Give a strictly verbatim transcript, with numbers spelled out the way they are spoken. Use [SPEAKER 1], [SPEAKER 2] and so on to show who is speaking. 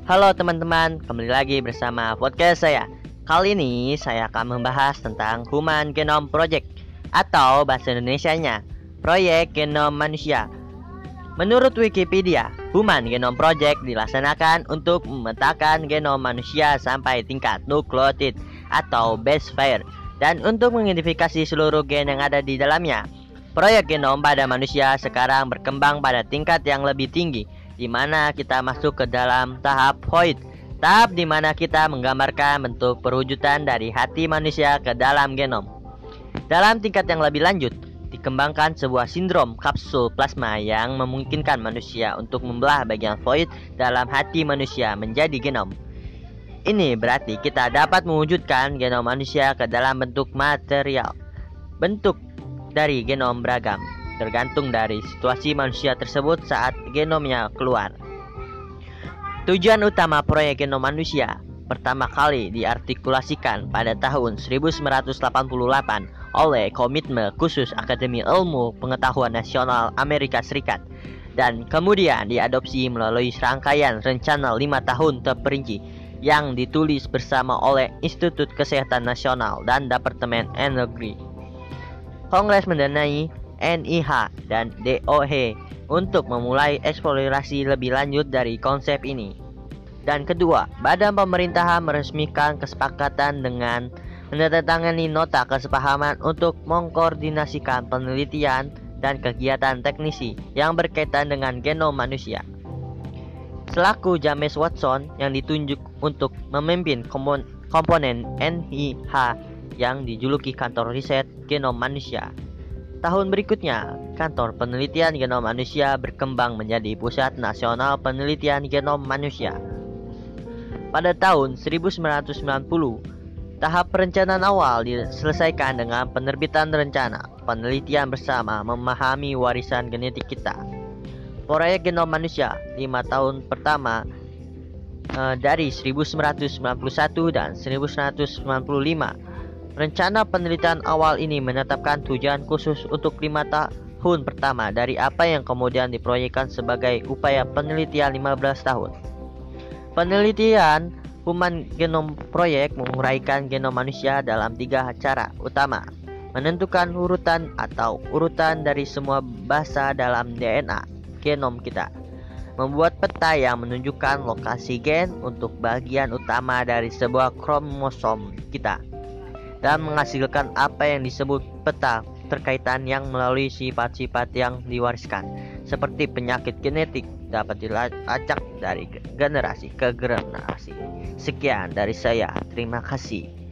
[SPEAKER 1] Halo teman-teman, kembali lagi bersama podcast saya. Kali ini saya akan membahas tentang Human Genome Project atau bahasa Indonesianya, Proyek Genom Manusia. Menurut Wikipedia, Human Genome Project dilaksanakan untuk memetakan genom manusia sampai tingkat nukleotid atau base pair dan untuk mengidentifikasi seluruh gen yang ada di dalamnya. Proyek genom pada manusia sekarang berkembang pada tingkat yang lebih tinggi, di mana kita masuk ke dalam tahap Void, tahap di mana kita menggambarkan bentuk perwujudan dari hati manusia ke dalam genom. Dalam tingkat yang lebih lanjut, dikembangkan sebuah sindrom kapsul plasma yang memungkinkan manusia untuk membelah bagian void dalam hati manusia menjadi genom. Ini berarti kita dapat mewujudkan genom manusia ke dalam bentuk material. Bentuk dari genom beragam, tergantung dari situasi manusia tersebut saat genomnya keluar. Tujuan utama proyek genom manusia pertama kali diartikulasikan pada tahun seribu sembilan ratus delapan puluh delapan oleh Komitmen Khusus Akademi Ilmu Pengetahuan Nasional Amerika Serikat dan kemudian diadopsi melalui serangkaian rencana lima tahun terperinci yang ditulis bersama oleh Institut Kesehatan Nasional dan Departemen Energi. Kongres mendanai N I H dan D O H untuk memulai eksplorasi lebih lanjut dari konsep ini. Dan kedua, Badan Pemerintahan meresmikan kesepakatan dengan menandatangani nota kesepahaman untuk mengkoordinasikan penelitian dan kegiatan teknisi yang berkaitan dengan genom manusia. Selaku James Watson yang ditunjuk untuk memimpin komponen N I H yang dijuluki Kantor Riset Genom Manusia. Tahun berikutnya, Kantor Penelitian Genom Manusia berkembang menjadi Pusat Nasional Penelitian Genom Manusia. Pada tahun seribu sembilan ratus sembilan puluh, tahap perencanaan awal diselesaikan dengan penerbitan rencana penelitian bersama memahami warisan genetik kita. Proyek Genom Manusia lima tahun pertama eh, dari seribu sembilan ratus sembilan puluh satu dan seribu sembilan ratus sembilan puluh lima. Rencana penelitian awal ini menetapkan tujuan khusus untuk lima tahun pertama dari apa yang kemudian diproyekkan sebagai upaya penelitian lima belas tahun. Penelitian Human Genome Project menguraikan genom manusia dalam tiga cara utama: menentukan urutan atau urutan dari semua basa dalam D N A genom kita, membuat peta yang menunjukkan lokasi gen untuk bagian utama dari sebuah kromosom kita, dan menghasilkan apa yang disebut peta terkaitan yang melalui sifat-sifat yang diwariskan, seperti penyakit genetik dapat dilacak dari generasi ke generasi. Sekian dari saya, terima kasih.